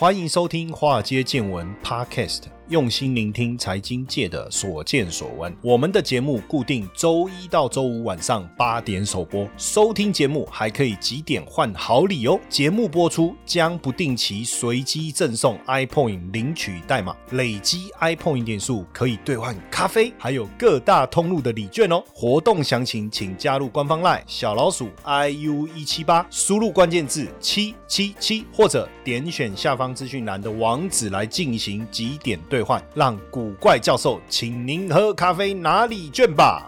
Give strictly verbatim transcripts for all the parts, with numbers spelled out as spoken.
欢迎收听华尔街见闻 Podcast， 用心聆听财经界的所见所闻。我们的节目固定周一到周五晚上八点首播，收听节目还可以集点换好礼哦。节目播出将不定期随机赠送 iPoint 领取代码，累积 iPoint 点数可以兑换咖啡，还有各大通路的礼券哦。活动详情请加入官方 LINE 小老鼠 I U 一七八， 输入关键字七七七，或者点选下方资讯栏的网址来进行集点兑换，让古怪教授请您喝咖啡拿礼券吧。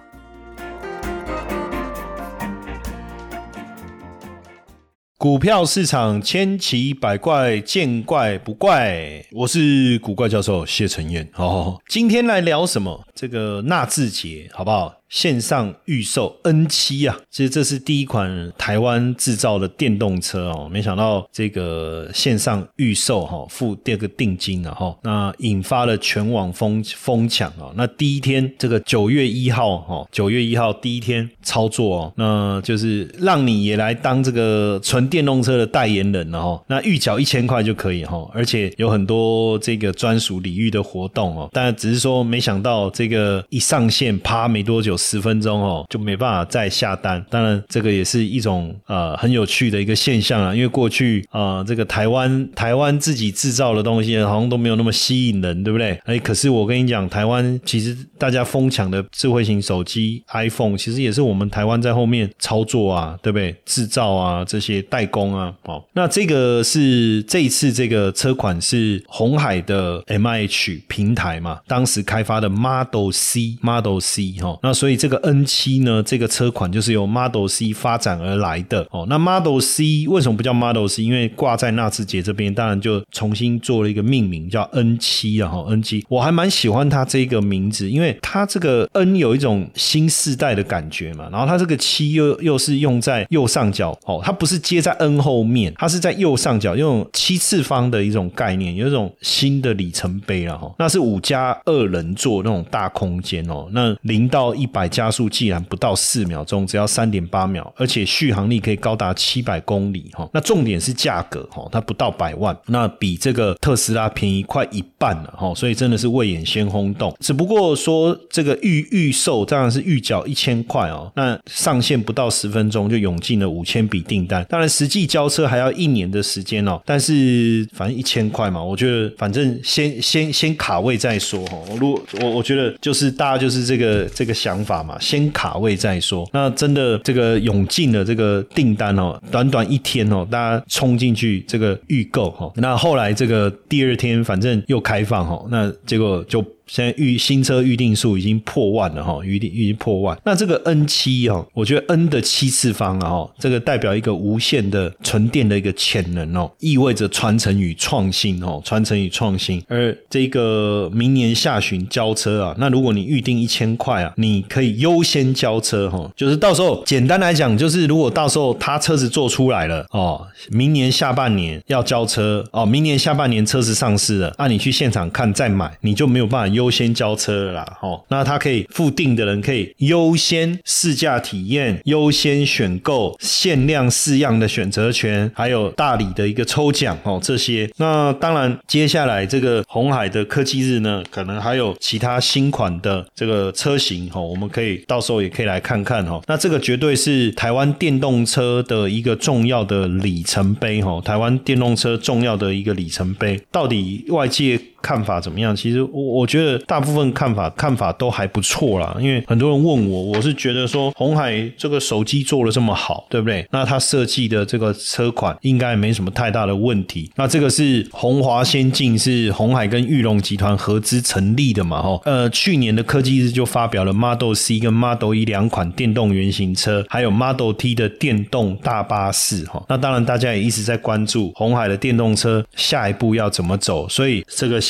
股票市场千奇百怪，见怪不怪。我是古怪教授谢承彦。哦，今天来聊什么？这个纳智捷，好不好？线上预售 N 七 啊，其实这是第一款台湾制造的电动车哦，没想到这个线上预售哦，付这个定金啊哈，那引发了全网疯疯抢哦。那第一天这个九月一号哦，九月一号第一天操作哦，那就是让你也来当这个纯电动车的代言人了哦。那预缴一千块就可以哈，而且有很多这个专属礼遇的活动哦。但只是说没想到这个一上线啪没多久。十分钟哦，就没办法再下单。当然，这个也是一种呃很有趣的一个现象啊。因为过去呃这个台湾台湾自己制造的东西好像都没有那么吸引人，对不对？哎，可是我跟你讲，台湾其实大家疯抢的智慧型手机 iPhone， 其实也是我们台湾在后面操作啊，对不对？制造啊，这些代工啊，哦，那这个是这一次这个车款是鸿海的 M I H 平台嘛，当时开发的 Model C Model C 哈、哦，那所以。这个 N 七 呢，这个车款就是由 Model C 发展而来的哦。那 Model C 为什么不叫 Model C？ 因为挂在纳智捷这边，当然就重新做了一个命名，叫 N 七 啊。N 七 我还蛮喜欢它这个名字，因为它这个 N 有一种新世代的感觉嘛，然后它这个七又又是用在右上角哦，它不是接在 N 后面，它是在右上角，用七次方的一种概念，有一种新的里程碑啦。那是五加二人座那种大空间哦，那零到一百加速既然不到四秒钟，只要 三点八秒，而且续航力可以高达七百公里。那重点是价格，它不到百万，那比这个特斯拉便宜快一半了，所以真的是未眼先轰动。只不过说这个预预售当然是预缴一千块哦，那上线不到十分钟就涌进了五千笔订单，当然实际交车还要一年的时间哦，但是反正一千块嘛，我觉得反正先先先卡位再说。我如果我我觉得就是大家就是这个这个想法嘛，先卡位再说。那真的这个涌进了这个订单哦，短短一天哦，大家冲进去这个预购哦，那后来这个第二天反正又开放哦，那结果就现在预新车预定数已经破万了哈，预定已经破万。那这个 N 七 哦，我觉得 N 的七次方啊哈，这个代表一个无限的纯电的一个潜能哦，意味着传承与创新哦，传承与创新。而这个明年下旬交车啊，那如果你预定一千块啊，你可以优先交车哈，就是到时候简单来讲，就是如果到时候他车子做出来了哦，明年下半年要交车哦，明年下半年车子上市了，那、啊、你去现场看再买，你就没有办法优先交车了啦，哦，那他可以附定的人可以优先试驾体验，优先选购，限量四样的选择权，还有大礼的一个抽奖哦，这些。那当然，接下来这个鸿海的科技日呢，可能还有其他新款的这个车型哦，我们可以到时候也可以来看看哦。那这个绝对是台湾电动车的一个重要的里程碑哦，台湾电动车重要的一个里程碑，到底外界看法怎么样？其实我我觉得大部分看法看法都还不错啦，因为很多人问我，我是觉得说鸿海这个手机做得这么好，对不对？那他设计的这个车款应该没什么太大的问题。那这个是鸿华先进，是鸿海跟裕隆集团合资成立的嘛？齁，呃，去年的科技日就发表了 Model C 跟 Model E 两款电动原型车，还有 Model T 的电动大巴士。齁，那当然大家也一直在关注鸿海的电动车下一步要怎么走，所以这个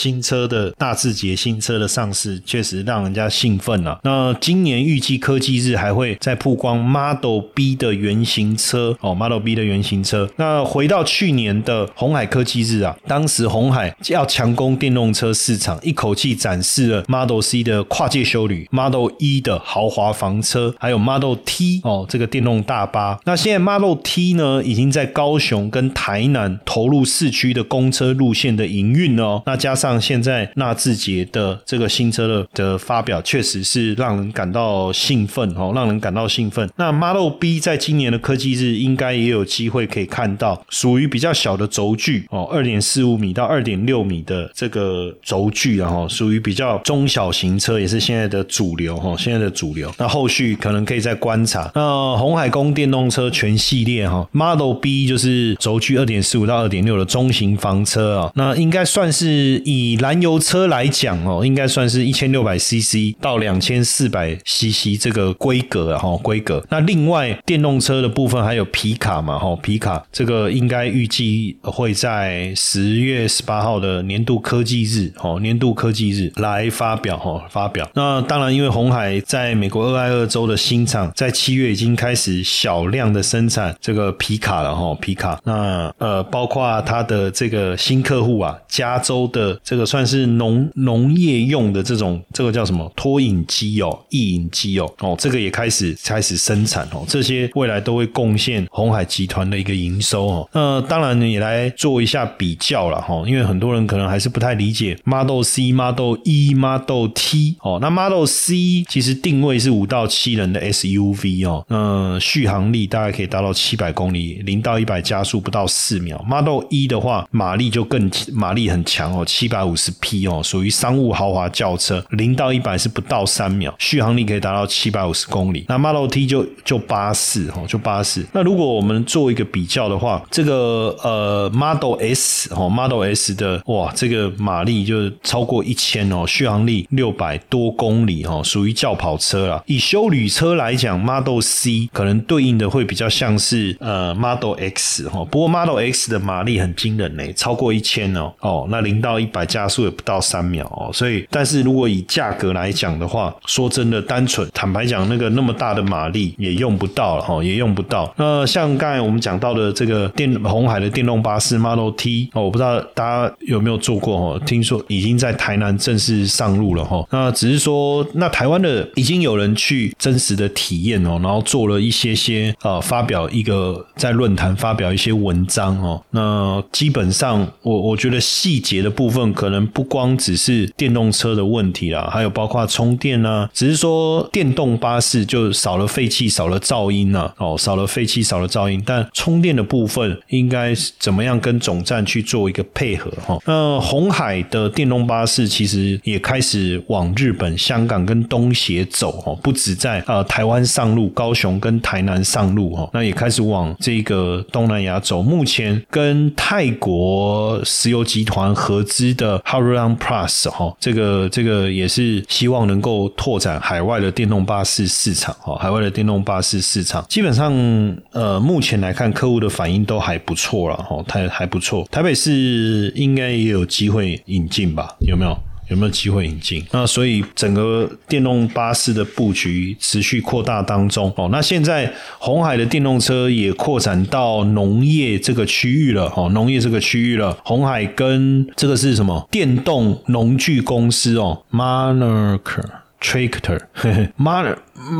新车的纳智捷新车的上市，确实让人家兴奋啊。那今年预计科技日还会再曝光 Model B 的原型车哦 ，Model B 的原型车。那回到去年的鸿海科技日啊，当时鸿海要强攻电动车市场，一口气展示了 Model C 的跨界休旅、Model E 的豪华房车，还有 Model T 哦这个电动大巴。那现在 Model T 呢，已经在高雄跟台南投入市区的公车路线的营运哦。那加上现在纳智捷的这个新车的的发表，确实是让人感到兴奋哦，让人感到兴奋。那 Model B 在今年的科技日应该也有机会可以看到，属于比较小的轴距哦 二点四五米到 二点六米的这个轴距啊，哦，属于比较中小型车，也是现在的主流哦，现在的主流。那后续可能可以再观察。那鸿海供电动车全系列哈 ，Model B 就是轴距 二点四五到二点六的中型房车啊，那应该算是以燃油车来讲哦，应该算是 一千六百ซี西 到 两千四百ซี西 这个规格啊，哈，规格。那另外电动车的部分还有皮卡嘛，哈，皮卡这个应该预计会在十月十八号的年度科技日，哦，年度科技日来发表，哦，发表。那当然，因为鸿海在美国俄亥俄州的新厂在七月已经开始小量的生产这个皮卡了，哈，皮卡。那呃，包括它的这个新客户啊，加州的这个算是农农业用的这种这个叫什么拖引机哦，曳引机哦，哦，这个也开始开始生产哦，这些未来都会贡献鸿海集团的一个营收哦。那当然也来做一下比较啦齁，因为很多人可能还是不太理解 Model C、Model E、Model T 哦。那 Model C 其实定位是五到七人的 S U V 哦，那续航力大概可以达到七百公里，零到一百加速不到四秒。Model E 的话，马力就更马力很强哦，七百五十匹哦，属于商务豪华轿车，零到一百是不到三秒，续航力可以达到七百五十公里。那 Model T 就就八十哦，就八十。那如果我们做一个比较的话，这个呃 Model S 哦 Model S 的哇，这个马力就超过一千哦，续航力六百多公里哦，属于轿跑车啦。以休旅车来讲 ，Model C 可能对应的会比较像是呃 Model X 哦，不过 Model X 的马力很惊人嘞，超过一千哦哦，那零到一百加速也不到三秒哦，所以但是如果以价格来讲的话，说真的，单纯坦白讲，那个那么大的马力也用不到了哦，也用不到。那像刚才我们讲到的这个电鸿海的电动巴士 Model T 哦，我不知道大家有没有做过哦，听说已经在台南正式上路了哦。那只是说，那台湾的已经有人去真实的体验哦，然后做了一些些呃，发表一个在论坛发表一些文章哦。那基本上我我觉得细节的部分可能不光只是电动车的问题啦，还有包括充电啊，只是说电动巴士就少了废气，少了噪音啊，哦，少了废气，少了噪音，但充电的部分应该怎么样跟总站去做一个配合哈？那鸿海的电动巴士其实也开始往日本、香港跟东协走哦，不止在呃台湾上路，高雄跟台南上路哦，那也开始往这个东南亚走。目前跟泰国石油集团合资的 Huracan Plus 哈，这个这个也是希望能够拓展海外的电动巴士市场哈，海外的电动巴士市场基本上呃目前来看客户的反应都还不错啦哈，还还不错。台北市应该也有机会引进吧？有没有？有没有机会引进？那所以整个电动巴士的布局持续扩大当中哦。那现在鸿海的电动车也扩展到农业这个区域了哦，农业这个区域了。鸿海跟这个是什么？电动农具公司哦 ，Monarch Tractor， Monarch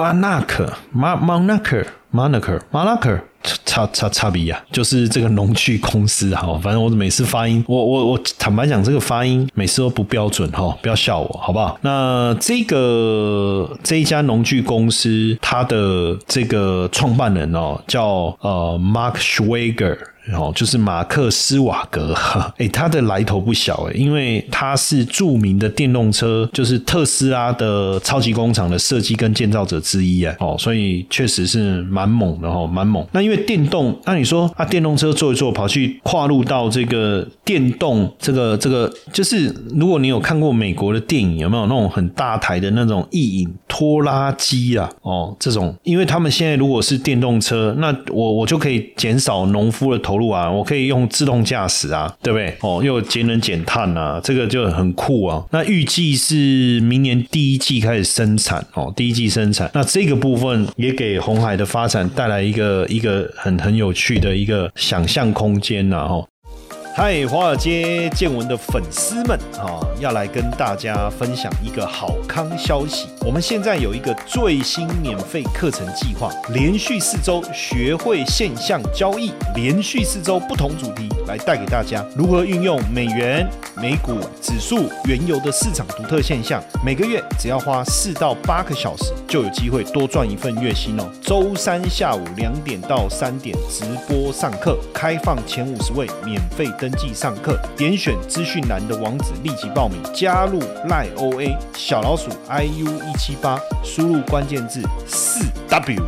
Monarch Monarch Monarch。差差差别啊，就是这个农具公司哈，反正我每次发音，我我我坦白讲，这个发音每次都不标准哈，不要笑我好不好？那这个这一家农具公司，它的这个创办人哦，叫呃 Mark Schwager。哦，就是马克斯瓦格，诶，他的来头不小诶，因为他是著名的电动车，就是特斯拉的超级工厂的设计跟建造者之一啊，哦，所以确实是蛮猛的哦，蛮猛。那因为电动，那你说啊，电动车做一做，跑去跨入到这个电动，这个这个，就是如果你有看过美国的电影，有没有那种很大台的那种曳引拖拉机啊，哦，这种，因为他们现在如果是电动车，那我我就可以减少农夫的投入啊，我可以用自动驾驶啊，对不对？哦，又节能减碳啊，这个就很酷啊。那预计是明年第一季开始生产哦，第一季生产，那这个部分也给鸿海的发展带来一个一个很很有趣的一个想象空间呐、啊，哦。嗨，华尔街见闻的粉丝们啊，要来跟大家分享一个好康消息。我们现在有一个最新免费课程计划，连续四周学会现象交易，连续四周不同主题来带给大家如何运用美元、美股、指数、原油的市场独特现象。每个月只要花四到八个小时，就有机会多赚一份月薪哦。周三下午两点到三点直播上课，开放前五十位免费登记上课，点选资讯栏的网址立即报名，加入 赖 O A 小老鼠 I U 一七八，输入关键字四 W。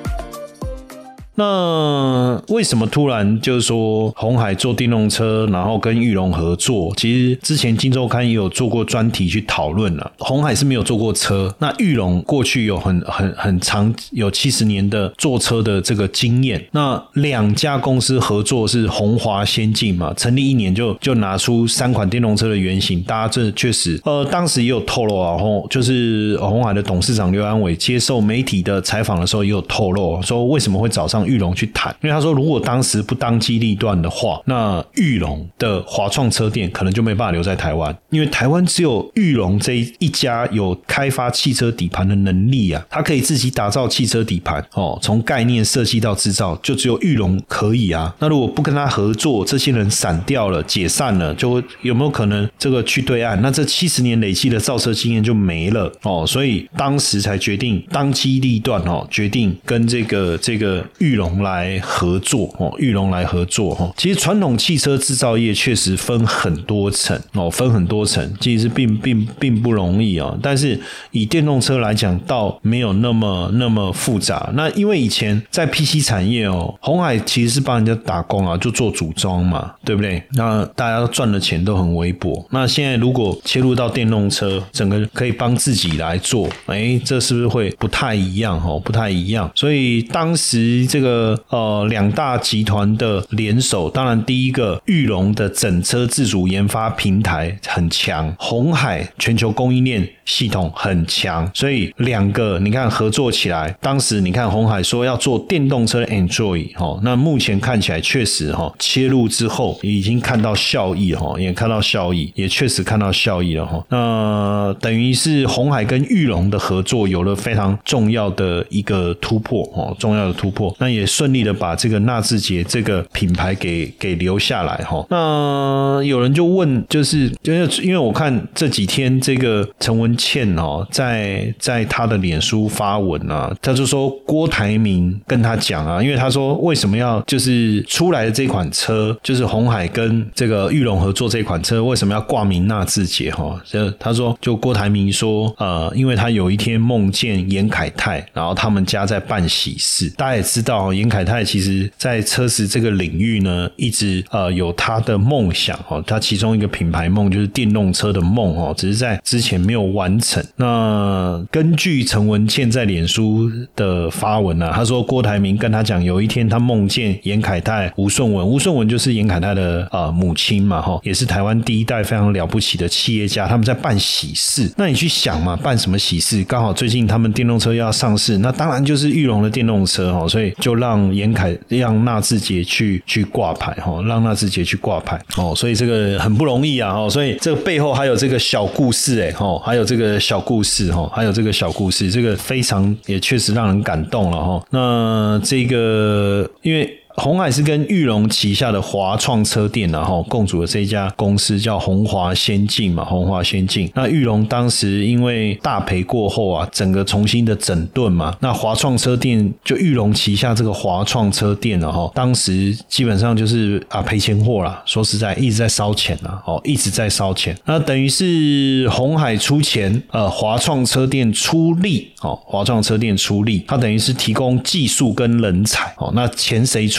那为什么突然就是说鸿海做电动车，然后跟裕隆合作？其实之前金周刊也有做过专题去讨论了。鸿海是没有做过车，那裕隆过去有很很很长有七十年的做车的这个经验。那两家公司合作是鸿华先进嘛，成立一年就就拿出三款电动车的原型，大家这确实呃当时也有透露啊，就是鸿海的董事长刘安伟接受媒体的采访的时候也有透露说为什么会找上裕隆去谈，因为他说如果当时不当机立断的话，那裕隆的华创车店可能就没办法留在台湾，因为台湾只有裕隆这一家有开发汽车底盘的能力啊，他可以自己打造汽车底盘哦，从概念设计到制造就只有裕隆可以啊。那如果不跟他合作，这些人散掉了解散了，就有没有可能这个去对岸，那这七十年累积的造车经验就没了哦，所以当时才决定当机立断哦，决定跟这个这个裕隆来来合作哦，裕隆来合作哦。其实传统汽车制造业确实分很多层哦，分很多层，其实并并并不容易哦。但是以电动车来讲，倒没有那么那么复杂。那因为以前在 P C 产业哦，鸿海其实是帮人家打工啊，就做组装嘛，对不对？那大家赚的钱都很微薄。那现在如果切入到电动车，整个可以帮自己来做，哎，这是不是会不太一样哦？不太一样。所以当时这个。呃，两大集团的联手，当然第一个裕隆的整车自主研发平台很强，鸿海全球供应链系统很强，所以两个你看合作起来，当时你看鸿海说要做电动车 Enjoy、哦、那目前看起来确实、哦、切入之后已经看到效益、哦、也看到效益，也确实看到效益了、哦、那等于是鸿海跟裕隆的合作有了非常重要的一个突破、哦、重要的突破，那也顺利的把这个纳智捷这个品牌给给留下来齁。那有人就问，就是因为我看这几天这个陈文茜哦，在在他的脸书发文啊，他就说郭台铭跟他讲啊，因为他说为什么要就是出来的这款车，就是鸿海跟这个裕隆合作这款车，为什么要挂名纳智捷齁？就他说就郭台铭说呃，因为他有一天梦见严凯泰，然后他们家在办喜事，大家也知道严凯泰其实在车子这个领域呢，一直呃有他的梦想哦，他其中一个品牌梦就是电动车的梦哦，只是在之前没有完成。那根据陈文茜在脸书的发文啊，他说郭台铭跟他讲，有一天他梦见严凯泰、吴顺文，吴顺文就是严凯泰的呃母亲嘛哈，也是台湾第一代非常了不起的企业家，他们在办喜事。那你去想嘛，办什么喜事？刚好最近他们电动车要上市，那当然就是裕隆的电动车哦，所以就让严凯让纳智捷去去挂牌齁，让纳智捷去挂牌哦，所以这个很不容易啊齁，所以这个背后还有这个小故事诶齁，还有这个小故事齁，还有这个小故事，这个非常也确实让人感动了齁。那这个因为鸿海是跟裕隆旗下的华创车店啊，共组的这一家公司叫鸿华先进嘛，鸿华先进。那裕隆当时因为大赔过后啊，整个重新的整顿嘛，那华创车店就裕隆旗下这个华创车店啊，当时基本上就是啊赔钱货啦，说实在一直在烧钱啊，哦一直在烧钱。那等于是鸿海出钱，呃华创车店出力，哦华创车店出力，它等于是提供技术跟人才，哦那钱谁出？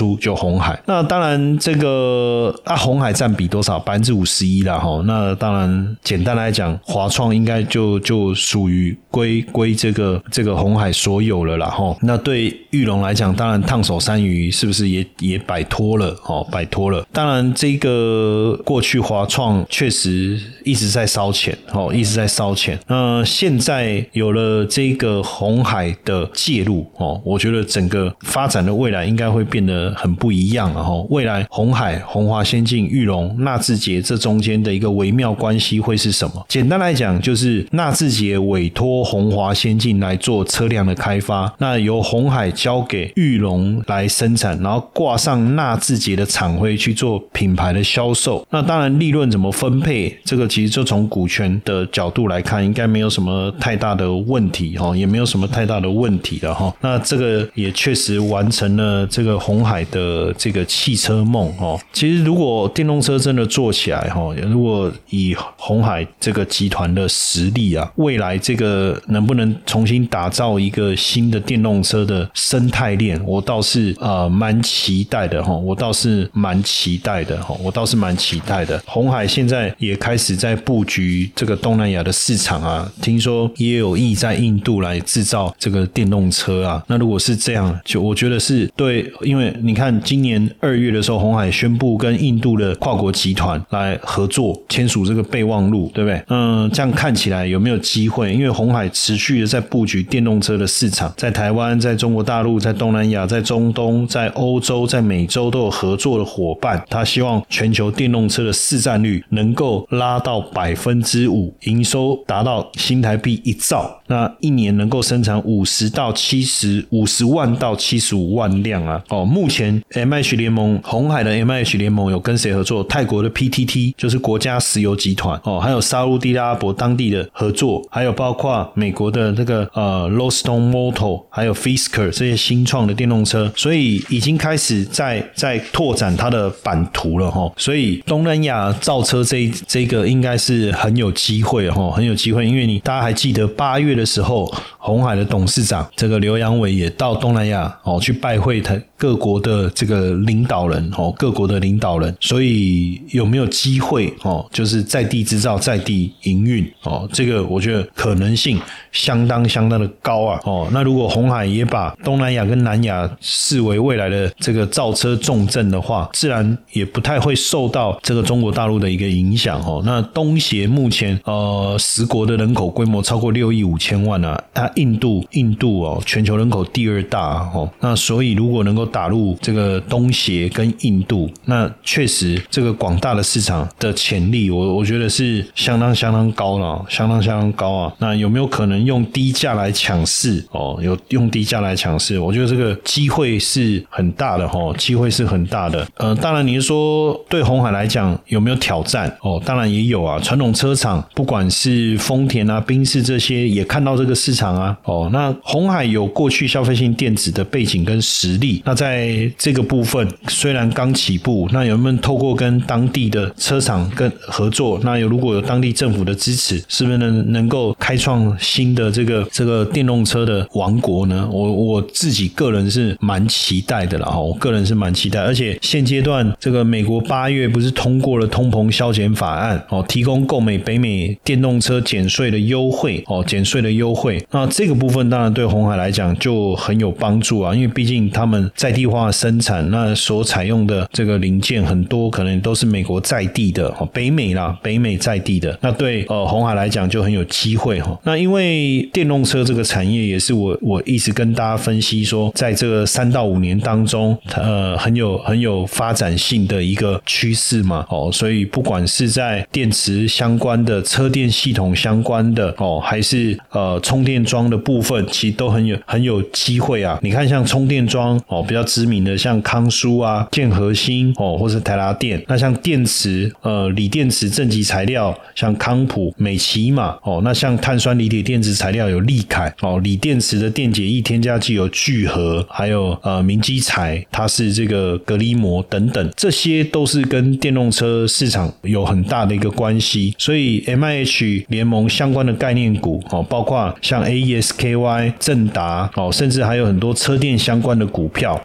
出就鸿海。那当然这个啊鸿海占比多少？百分之五十一啦齁。那当然简单来讲，华创应该就就属于归归这个这个鸿海所有了啦齁。那对裕隆来讲，当然烫手山芋是不是也也摆脱了齁？摆脱了。当然这个过去华创确实一直在烧钱齁，一直在烧钱。那现在有了这个鸿海的介入齁，我觉得整个发展的未来应该会变得很不一样了齁。未来鸿海、鸿华先进、裕隆、纳智捷这中间的一个微妙关系会是什么？简单来讲，就是纳智捷委托鸿华先进来做车辆的开发，那由鸿海交给裕隆来生产，然后挂上纳智捷的厂徽去做品牌的销售。那当然利润怎么分配，这个其实就从股权的角度来看，应该没有什么太大的问题齁，也没有什么太大的问题了齁。那这个也确实完成了这个鸿海的这个汽车梦齁。其实如果电动车真的做起来齁，如果以鸿海这个集团的实力啊，未来这个能不能重新打造一个新的电动车的生态链，我倒是呃蛮期待的齁，我倒是蛮期待的齁，我倒是蛮期待的。鸿海现在也开始在布局这个东南亚的市场啊，听说也有意在印度来制造这个电动车啊。那如果是这样，就我觉得是对，因为你看今年二月的时候，鸿海宣布跟印度的跨国集团来合作，签署这个备忘录，对不对？嗯，这样看起来有没有机会？因为鸿海持续的在布局电动车的市场，在台湾、在中国大陆、在东南亚、在中东、在欧洲、在美洲都有合作的伙伴。他希望全球电动车的市占率能够拉到百分之五，营收达到新台币一兆，那一年能够生产五十到七十五十万到七十五万辆啊！哦，目前 M H 联盟鸿海的 M H 联盟有跟谁合作？泰国的 P T T 就是国家石油集团哦，还有沙烏地阿拉伯当地的合作，还有包括美国的这个呃 Lordstown Motor 还有 Fisker 这些新创的电动车，所以已经开始在在拓展它的版图了齁。所以东南亚造车这这个应该是很有机会齁，很有机会，因为你大家还记得八月的时候，鸿海的董事长这个刘扬伟也到东南亚哦去拜会他各国的这个领导人哦，各国的领导人，所以有没有机会哦，就是在地制造、在地营运哦，这个我觉得可能性相当相当的高啊哦。那如果鸿海也把东南亚跟南亚视为未来的这个造车重镇的话，自然也不太会受到这个中国大陆的一个影响哦。那东协目前呃十国的人口规模超过六亿五千万啊，它印度印度哦全球人口第二大哦，那所以如果能够打入这个东协跟印度，那确实这个广大的市场的潜力，我我觉得是相当相当高了，相当相当高啊。那有没有可能用低价来抢市哦？有用低价来抢市，我觉得这个机会是很大的哦，机会是很大的。呃，当然你是说对鸿海来讲有没有挑战哦？当然也有啊，传统车厂不管是丰田啊、宾士这些也看到这个市场啊哦。那鸿海有过去消费性电子的背景跟实力，那在这个部分虽然刚起步，那有没有透过跟当地的车厂跟合作，那有如果有当地政府的支持，是不是能能够开创新的这个这个电动车的王国呢？我我自己个人是蛮期待的啦，我个人是蛮期待，而且现阶段这个美国八月不是通过了通膨削减法案哦，提供购买北美电动车减税的优惠哦，减税的优惠，那这个部分当然对鸿海来讲就很有帮助啊，因为毕竟他们在地化生产，那所采用的这个零件很多可能都是美国在地的哦，北美啦，北美在地的，那对呃鸿海来讲就很有机会哈。那因为电动车这个产业也是我我一直跟大家分析说，在这个三到五年当中，呃很有很有发展性的一个趋势嘛哦，所以不管是在电池相关的、车电系统相关的哦，还是呃充电桩的部分，其实都很有很有机会啊。你看像充电桩哦，比较知名的像康舒啊、建和兴哦，或是台达电。那像电池呃锂电池正极材料，像康普、美骑马哦。那像碳酸锂铁电池材料有利凯哦，锂电池的电解液添加剂有聚合，还有呃明基材，它是这个隔离膜等等，这些都是跟电动车市场有很大的一个关系。所以 M I H 联盟相关的概念股哦，包括像 A E S K Y、正达哦，甚至还有很多车电相关的股票，还有呃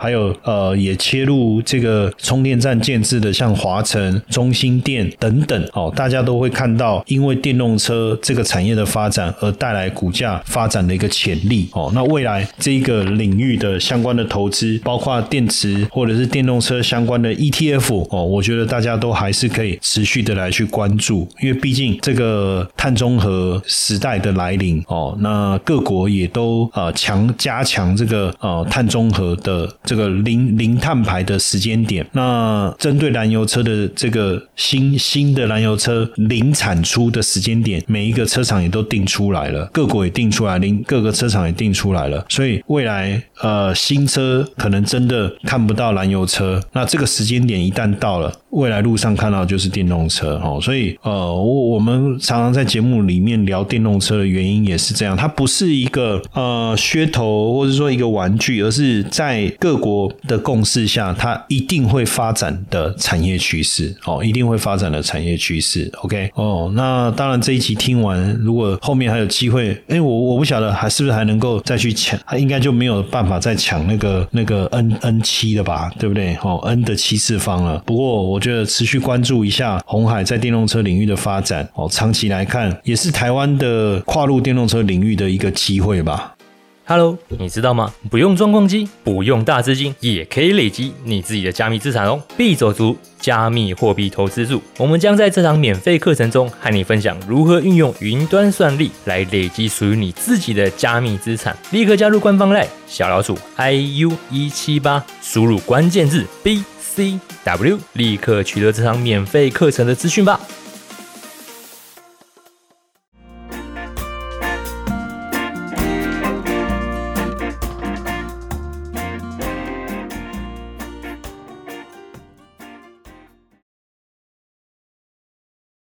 呃也切入这个充电站建制的，像华城、中兴电等等哦，大家都会看到因为电动车这个产业的发展而带来股价发展的一个潜力哦。那未来这个领域的相关的投资，包括电池或者是电动车相关的 E T F 哦，我觉得大家都还是可以持续的来去关注，因为毕竟这个碳中和时代的来临哦，那各国也都呃强加强这个呃碳中和的这个零零碳排的时间点。那针对燃油车的这个新新的燃油车零产出的时间点，每一个车厂也都定出来了，各国也定出来，零各个车厂也定出来了，所以未来呃新车可能真的看不到燃油车，那这个时间点一旦到了，未来路上看到就是电动车哦。所以呃我我们常常在节目里面聊电动车的原因也是这样，它不是一个呃噱头或者说一个玩具，而是在各国的共识下，它一定会发展的产业趋势哦，一定会发展的产业趋势。OK 哦，那当然这一集听完，如果后面还有机会，哎，我我不晓得还是不是还能够再去抢，应该就没有办法再抢那个那个 N N 七 了吧，对不对？哦 ，N 的七次方了。不过我觉得持续关注一下鸿海在电动车领域的发展哦，长期来看也是台湾的跨入电动车领域的一个机会吧。 Hello， 你知道吗？不用装矿机，不用大资金，也可以累积你自己的加密资产哦。币走族加密货币投资术，我们将在这场免费课程中和你分享如何运用云端算力来累积属于你自己的加密资产。立刻加入官方 LINE 小老鼠 I U 一七八，输入关键字 B C W， 立刻取得这场免费课程的资讯吧。